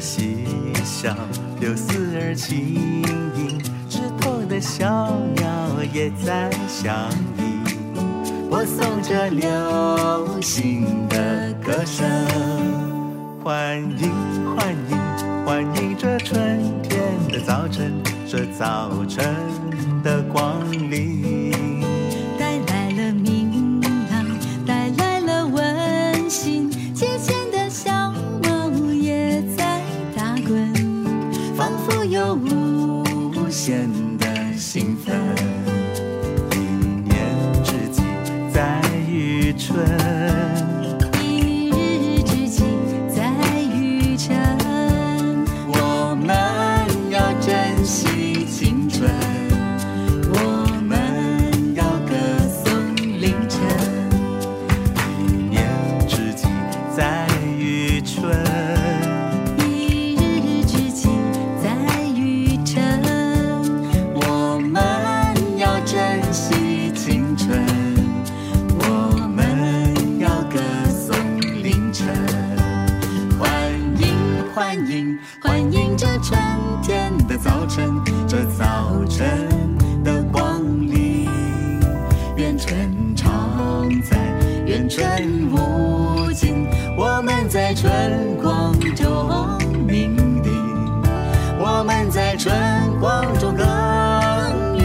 嬉笑，柳丝儿轻盈，枝头的小鸟也在相依，播送着流行的歌声。欢迎欢迎欢迎这春天的早晨，这早晨的光临， 带来了明朗，带来了温馨，节前的小猫也在打滚， 仿佛有无限的兴奋。一年之计在于春， 一日之计在于晨， 我们要珍惜青春，我们要歌颂凌晨。一年之计在于春， 一日之计在于晨， 我们要珍惜青春，我们要歌颂凌晨。欢迎欢迎欢迎这春天的早晨，这早晨的光临。愿春常在，愿春无尽，我们在春光中鸣笛，我们在春光中耕耘。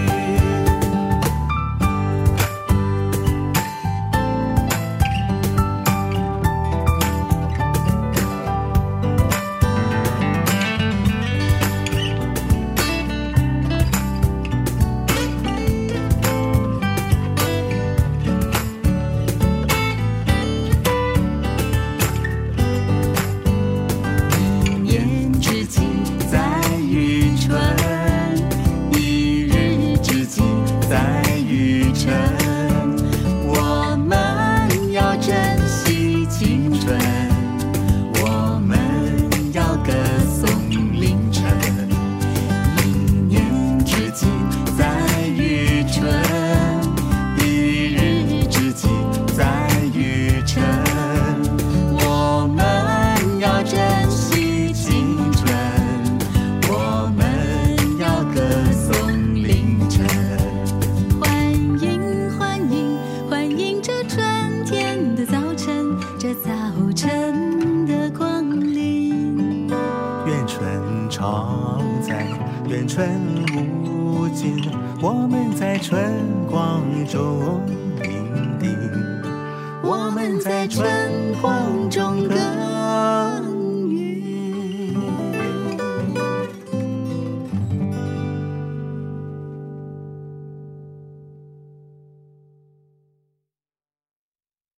一年之计在于春，一日之计在于晨，我们要珍惜青春，我们要歌颂凌晨。一年之计在于春，一日之计在于晨，我们要珍惜青春，我们要歌颂凌晨。 欢迎欢迎欢迎这春天的早晨，这早晨的光临。 愿春常在，愿春无尽，我们在春光中鸣笛，我们在春光中歌